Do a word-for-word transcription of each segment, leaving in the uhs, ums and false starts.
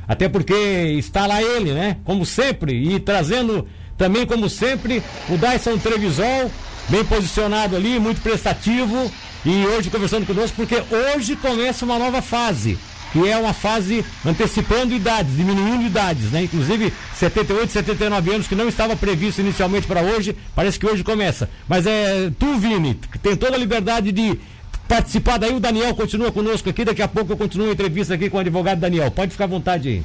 até porque está lá ele, né? Como sempre, e trazendo também, como sempre, o Dyson Trevisol, bem posicionado ali, muito prestativo, e hoje conversando conosco, porque hoje começa uma nova fase, que é uma fase antecipando idades, diminuindo idades, né? Inclusive setenta e oito, setenta e nove anos, que não estava previsto inicialmente para hoje, parece que hoje começa. Mas é tu, Vini, que tem toda a liberdade de participar. Daí o Daniel continua conosco aqui, daqui a pouco eu continuo a entrevista aqui com o advogado Daniel. Pode ficar à vontade aí.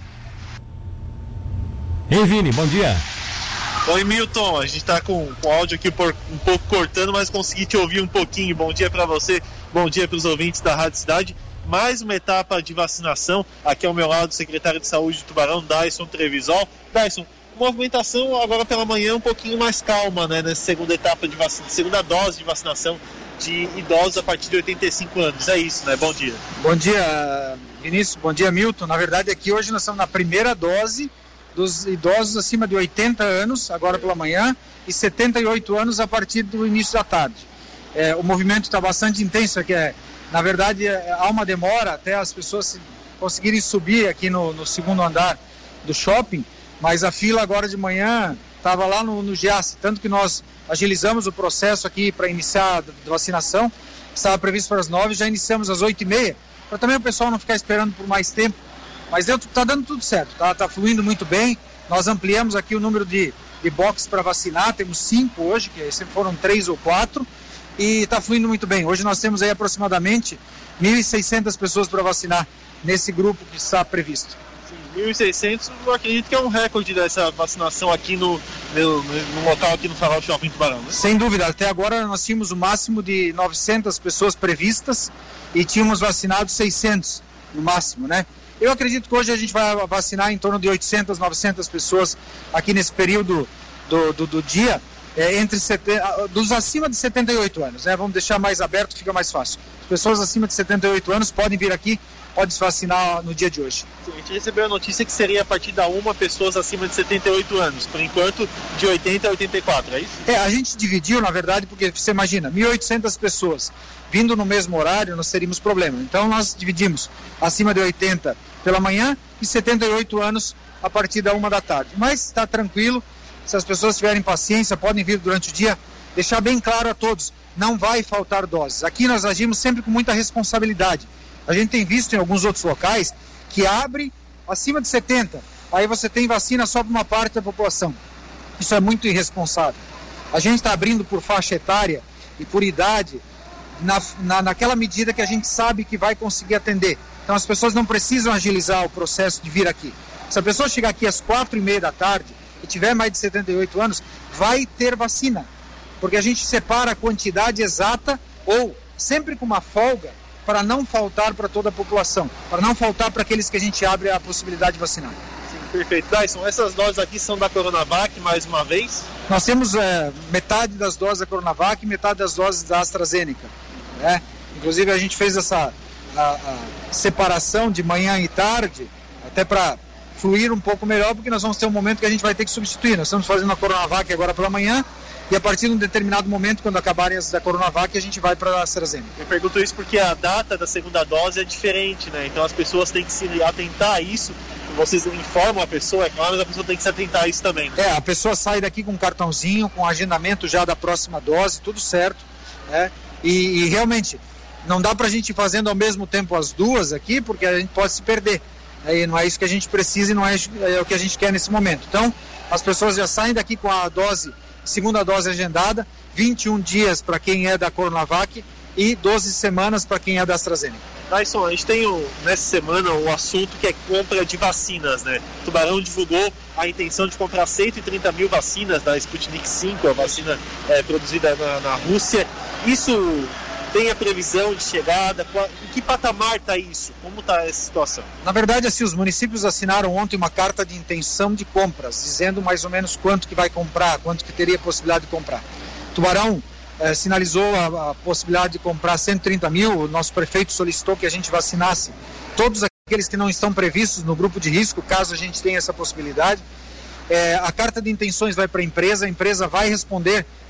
Ei, Vini, bom dia. Oi, Milton, a gente está com o áudio aqui por, um pouco cortando, mas consegui te ouvir um pouquinho. Bom dia para você, bom dia para os ouvintes da Rádio Cidade. Mais uma etapa de vacinação, aqui ao meu lado o secretário de saúde de Tubarão, Dyson Trevisol. Dyson, movimentação agora pela manhã um pouquinho mais calma, né, nessa segunda etapa de vacina, segunda dose de vacinação de idosos a partir de oitenta e cinco anos, é isso, né? Bom dia. Bom dia, Vinícius, bom dia, Milton. Na verdade aqui hoje nós estamos na primeira dose dos idosos acima de oitenta anos, agora pela manhã, e setenta e oito anos a partir do início da tarde. É, o movimento está bastante intenso, que é, na verdade é, há uma demora até as pessoas conseguirem subir aqui no, no segundo andar do shopping, mas a fila agora de manhã estava lá no, no Giasse, tanto que nós agilizamos o processo aqui para iniciar a vacinação, estava previsto para as nove, já iniciamos às oito e meia, para também o pessoal não ficar esperando por mais tempo. Mas está dando tudo certo, está tá fluindo muito bem. Nós ampliamos aqui o número de, de boxes para vacinar, temos cinco hoje, que sempre foram três ou quatro, e está fluindo muito bem. Hoje nós temos aí aproximadamente mil e seiscentas pessoas para vacinar nesse grupo que está previsto. mil e seiscentos, eu acredito que é um recorde dessa vacinação aqui no, no, no local aqui no Farol Shopping Tubarão, né? Sem dúvida, até agora nós tínhamos o máximo de novecentas pessoas previstas e tínhamos vacinado seiscentos no máximo, né? Eu acredito que hoje a gente vai vacinar em torno de oitocentas, novecentas pessoas aqui nesse período do, do, do dia, é, entre setenta, dos acima de setenta e oito anos, né? Vamos deixar mais aberto, fica mais fácil. As pessoas acima de setenta e oito anos podem vir aqui, podem se vacinar no dia de hoje. Sim, a gente recebeu a notícia que seria a partir da uma pessoas acima de setenta e oito anos, por enquanto de oitenta a oitenta e quatro, é isso? É, a gente dividiu, na verdade, porque você imagina, mil e oitocentas pessoas vindo no mesmo horário, nós teríamos problema. Então nós dividimos acima de oitenta pela manhã e setenta e oito anos a partir da uma da tarde. Mas está tranquilo, se as pessoas tiverem paciência, podem vir durante o dia. Deixar bem claro a todos, não vai faltar doses. Aqui nós agimos sempre com muita responsabilidade. A gente tem visto em alguns outros locais que abre acima de setenta, aí você tem vacina só para uma parte da população. Isso é muito irresponsável. A gente está abrindo por faixa etária e por idade, na, na, naquela medida que a gente sabe que vai conseguir atender. Então as pessoas não precisam agilizar o processo de vir aqui. Se a pessoa chegar aqui às quatro e meia da tarde e tiver mais de setenta e oito anos, vai ter vacina. Porque a gente separa a quantidade exata ou sempre com uma folga para não faltar para toda a população, para não faltar para aqueles que a gente abre a possibilidade de vacinar. Sim, perfeito. Dyson, essas doses aqui são da Coronavac, mais uma vez? Nós temos é, metade das doses da Coronavac e metade das doses da AstraZeneca, né? Inclusive a gente fez essa a, a separação de manhã e tarde, até para fluir um pouco melhor, porque nós vamos ter um momento que a gente vai ter que substituir. Nós estamos fazendo a Coronavac agora pela manhã, e a partir de um determinado momento, quando acabarem as da Coronavac, a gente vai para a AstraZeneca. Eu pergunto isso porque a data da segunda dose é diferente, né? Então as pessoas têm que se atentar a isso. Vocês informam a pessoa, é claro, mas a pessoa tem que se atentar a isso também, né? É, a pessoa sai daqui com um cartãozinho, com agendamento já da próxima dose, tudo certo, né? E, e realmente, não dá para a gente ir fazendo ao mesmo tempo as duas aqui, porque a gente pode se perder. Aí não é isso que a gente precisa e não é, é o que a gente quer nesse momento. Então, as pessoas já saem daqui com a dose, segunda dose agendada, vinte e um dias para quem é da Coronavac e doze semanas para quem é da AstraZeneca. Dyson, a gente tem o, nessa semana o assunto que é compra de vacinas, né? O Tubarão divulgou a intenção de comprar cento e trinta mil vacinas da Sputnik cinco, a vacina é, produzida na, na Rússia. Isso tem a previsão de chegada? Em que patamar está isso? Como está essa situação? Na verdade, assim, os municípios assinaram ontem uma carta de intenção de compras, dizendo mais ou menos quanto que vai comprar, quanto que teria possibilidade de comprar. Tubarão eh, sinalizou a, a possibilidade de comprar cento e trinta mil, o nosso prefeito solicitou que a gente vacinasse todos aqueles que não estão previstos no grupo de risco, caso a gente tenha essa possibilidade. Eh, a carta de intenções vai para a empresa, a empresa vai responder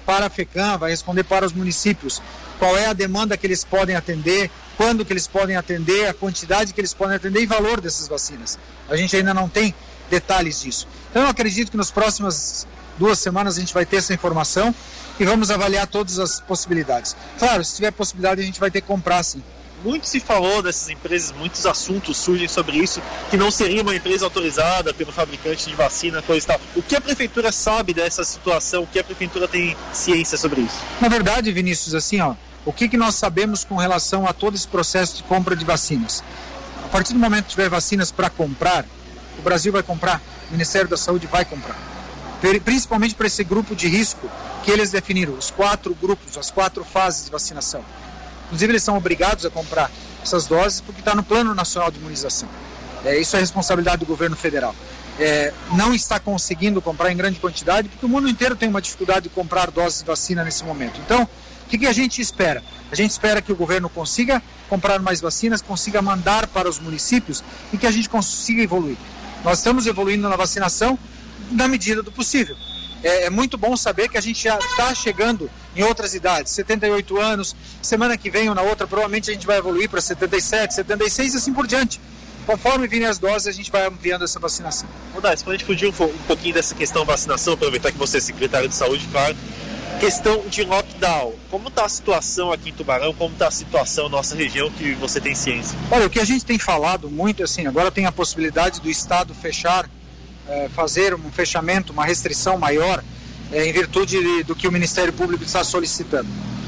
para a FECAM, vai responder para os municípios qual é a demanda que eles podem atender, quando que eles podem atender, a quantidade que eles podem atender e valor dessas vacinas. A gente ainda não tem detalhes disso. Então eu acredito que nas próximas duas semanas a gente vai ter essa informação e vamos avaliar todas as possibilidades. Claro, se tiver possibilidade a gente vai ter que comprar sim. Muito se falou dessas empresas, muitos assuntos surgem sobre isso, que não seria uma empresa autorizada pelo fabricante de vacina, coisa e tal. O que a prefeitura sabe dessa situação? O que a prefeitura tem ciência sobre isso? Na verdade, Vinícius, assim, ó, o que, que nós sabemos com relação a todo esse processo de compra de vacinas? A partir do momento que tiver vacinas para comprar, o Brasil vai comprar, o Ministério da Saúde vai comprar. Principalmente para esse grupo de risco que eles definiram, os quatro grupos, as quatro fases de vacinação. Inclusive, eles são obrigados a comprar essas doses porque está no Plano Nacional de Imunização. É, isso é responsabilidade do governo federal. É, não está conseguindo comprar em grande quantidade porque o mundo inteiro tem uma dificuldade de comprar doses de vacina nesse momento. Então, o que, que a gente espera? A gente espera que o governo consiga comprar mais vacinas, consiga mandar para os municípios e que a gente consiga evoluir. Nós estamos evoluindo na vacinação na medida do possível. É, é muito bom saber que a gente já está chegando em outras idades, setenta e oito anos, semana que vem ou na outra, provavelmente a gente vai evoluir para setenta e sete, setenta e seis e assim por diante. Conforme virem as doses, a gente vai ampliando essa vacinação. Rodais, para a gente fugir um, um pouquinho dessa questão vacinação, aproveitar que você é secretário de saúde, claro, questão de lockdown, como está a situação aqui em Tubarão, como está a situação na nossa região que você tem ciência? Olha, o que a gente tem falado muito, assim, agora tem a possibilidade do Estado fechar, é, fazer um fechamento, uma restrição maior, é, em virtude de, do que o Ministério Público está solicitando.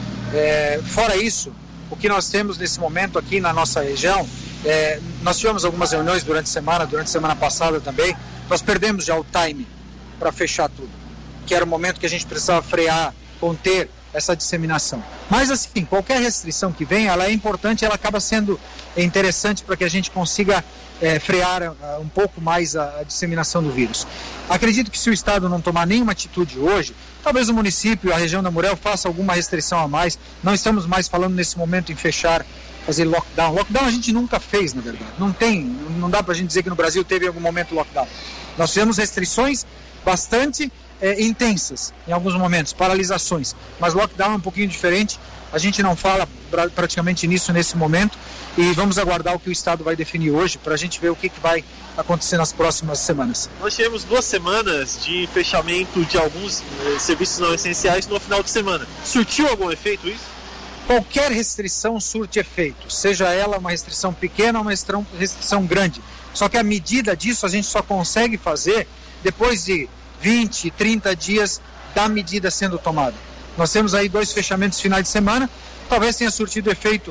É, fora isso, o que nós temos nesse momento aqui na nossa região, é, nós tivemos algumas reuniões durante a semana, durante a semana passada também, nós perdemos já o time para fechar tudo, que era o momento que a gente precisava frear, conter essa disseminação. Mas assim, qualquer restrição que venha, ela é importante, ela acaba sendo interessante para que a gente consiga é, frear uh, um pouco mais a, a disseminação do vírus. Acredito que se o Estado não tomar nenhuma atitude hoje, talvez o município, a região da Murel, faça alguma restrição a mais. Não estamos mais falando nesse momento em fechar, fazer lockdown. Lockdown a gente nunca fez, na verdade. Não tem, não dá para a gente dizer que no Brasil teve em algum momento lockdown. Nós fizemos restrições bastante É, intensas, em alguns momentos, paralisações, mas lockdown é um pouquinho diferente, a gente não fala pra, praticamente nisso nesse momento e vamos aguardar o que o Estado vai definir hoje para a gente ver o que, que vai acontecer nas próximas semanas. Nós tivemos duas semanas de fechamento de alguns eh, serviços não essenciais no final de semana. Surtiu algum efeito isso? Qualquer restrição surte efeito, seja ela uma restrição pequena ou uma restrição, restrição grande, só que a medida disso a gente só consegue fazer depois de vinte, trinta dias da medida sendo tomada. Nós temos aí dois fechamentos finais de semana, talvez tenha surtido efeito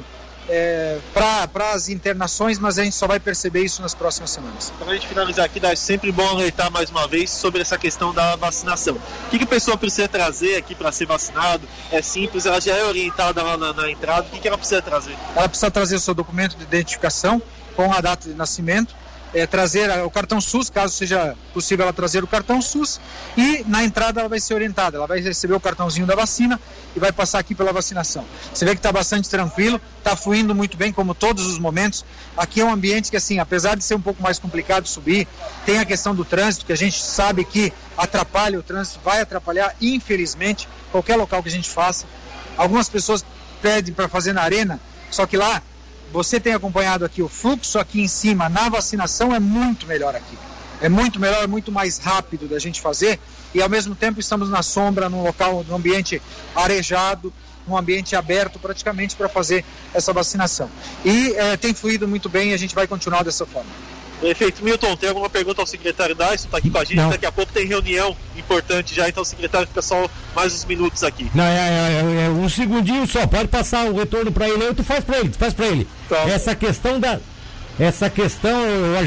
é, para as internações, mas a gente só vai perceber isso nas próximas semanas. Para a gente finalizar aqui, é sempre bom alertar mais uma vez sobre essa questão da vacinação. O que, que a pessoa precisa trazer aqui para ser vacinado? É simples, ela já é orientada lá na, na entrada, o que, que ela precisa trazer? Ela precisa trazer o seu documento de identificação com a data de nascimento, É, trazer o cartão SUS, caso seja possível ela trazer o cartão SUS, e na entrada ela vai ser orientada, ela vai receber o cartãozinho da vacina e vai passar aqui pela vacinação. Você vê que está bastante tranquilo, está fluindo muito bem, como todos os momentos. Aqui é um ambiente que, assim, apesar de ser um pouco mais complicado subir, tem a questão do trânsito, que a gente sabe que atrapalha o trânsito, vai atrapalhar, infelizmente, qualquer local que a gente faça. Algumas pessoas pedem para fazer na arena, só que lá você tem acompanhado aqui, o fluxo aqui em cima na vacinação é muito melhor aqui. É muito melhor, é muito mais rápido da gente fazer e ao mesmo tempo estamos na sombra, num local, num ambiente arejado, num ambiente aberto praticamente para fazer essa vacinação. E é, tem fluído muito bem e a gente vai continuar dessa forma. Prefeito Milton, tem alguma pergunta ao secretário Dyson? Está aqui com a gente, não. Daqui a pouco tem reunião importante já, então o secretário fica só mais uns minutos aqui. Não, é, é, é um segundinho só, pode passar o retorno para ele, tu faz para ele, tu faz para ele. Tá. Essa questão da, essa questão,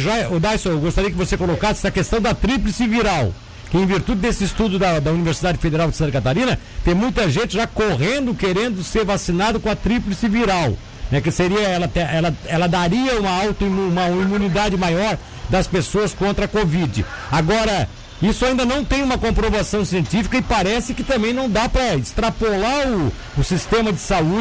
o Dyson, eu gostaria que você colocasse essa questão da tríplice viral, que em virtude desse estudo da, da Universidade Federal de Santa Catarina, tem muita gente já correndo, querendo ser vacinado com a tríplice viral. Né, que seria, ela, ela, ela daria uma, auto, uma imunidade maior das pessoas contra a Covid. Agora, isso ainda não tem uma comprovação científica e parece que também não dá para extrapolar o, o sistema de saúde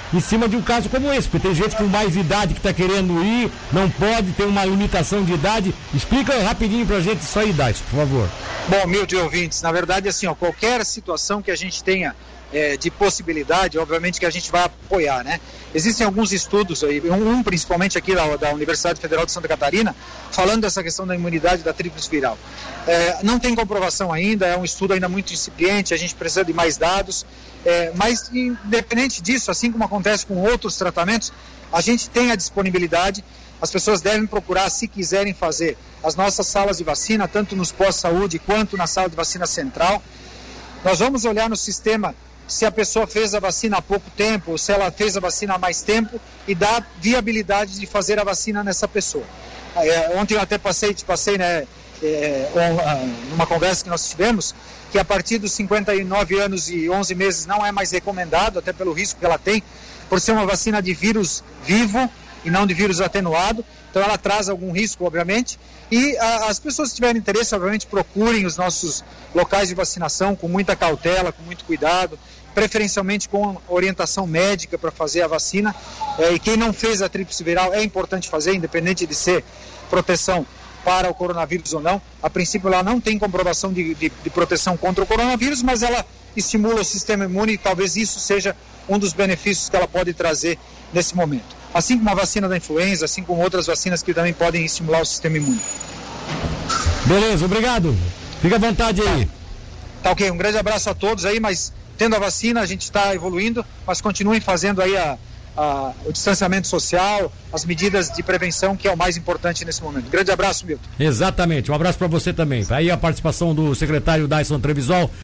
em cima de um caso como esse, porque tem gente com mais idade que está querendo ir, não pode, tem uma limitação de idade. Explica rapidinho pra gente só a idade, por favor. Bom, Milton e ouvintes, na verdade, assim, ó, qualquer situação que a gente tenha É, de possibilidade, obviamente que a gente vai apoiar, né? Existem alguns estudos aí, um, um principalmente aqui da, da Universidade Federal de Santa Catarina, falando dessa questão da imunidade da tríplice viral. É, não tem comprovação ainda, é um estudo ainda muito incipiente, a gente precisa de mais dados, é, mas independente disso, assim como acontece com outros tratamentos, a gente tem a disponibilidade, as pessoas devem procurar, se quiserem fazer, as nossas salas de vacina, tanto nos pós-saúde quanto na sala de vacina central. Nós vamos olhar no sistema se a pessoa fez a vacina há pouco tempo, ou se ela fez a vacina há mais tempo, e dá viabilidade de fazer a vacina nessa pessoa. É, ontem eu até passei, te passei, né, é, numa conversa que nós tivemos, que a partir dos cinquenta e nove anos e onze meses não é mais recomendado, até pelo risco que ela tem, por ser uma vacina de vírus vivo e não de vírus atenuado, então ela traz algum risco, obviamente, e a, as pessoas que tiverem interesse, obviamente, procurem os nossos locais de vacinação com muita cautela, com muito cuidado, preferencialmente com orientação médica para fazer a vacina, é, e quem não fez a tríplice viral é importante fazer, independente de ser proteção para o coronavírus ou não. A princípio ela não tem comprovação de, de, de proteção contra o coronavírus, mas ela estimula o sistema imune e talvez isso seja um dos benefícios que ela pode trazer nesse momento. Assim como a vacina da influenza, assim como outras vacinas que também podem estimular o sistema imune. Beleza, obrigado. Fica à vontade aí. Tá, tá ok, um grande abraço a todos aí, mas tendo a vacina a gente está evoluindo, mas continuem fazendo aí a, a, o distanciamento social, as medidas de prevenção, que é o mais importante nesse momento. Grande abraço, Milton. Exatamente, um abraço para você também. Aí a participação do secretário Dyson Trevisol.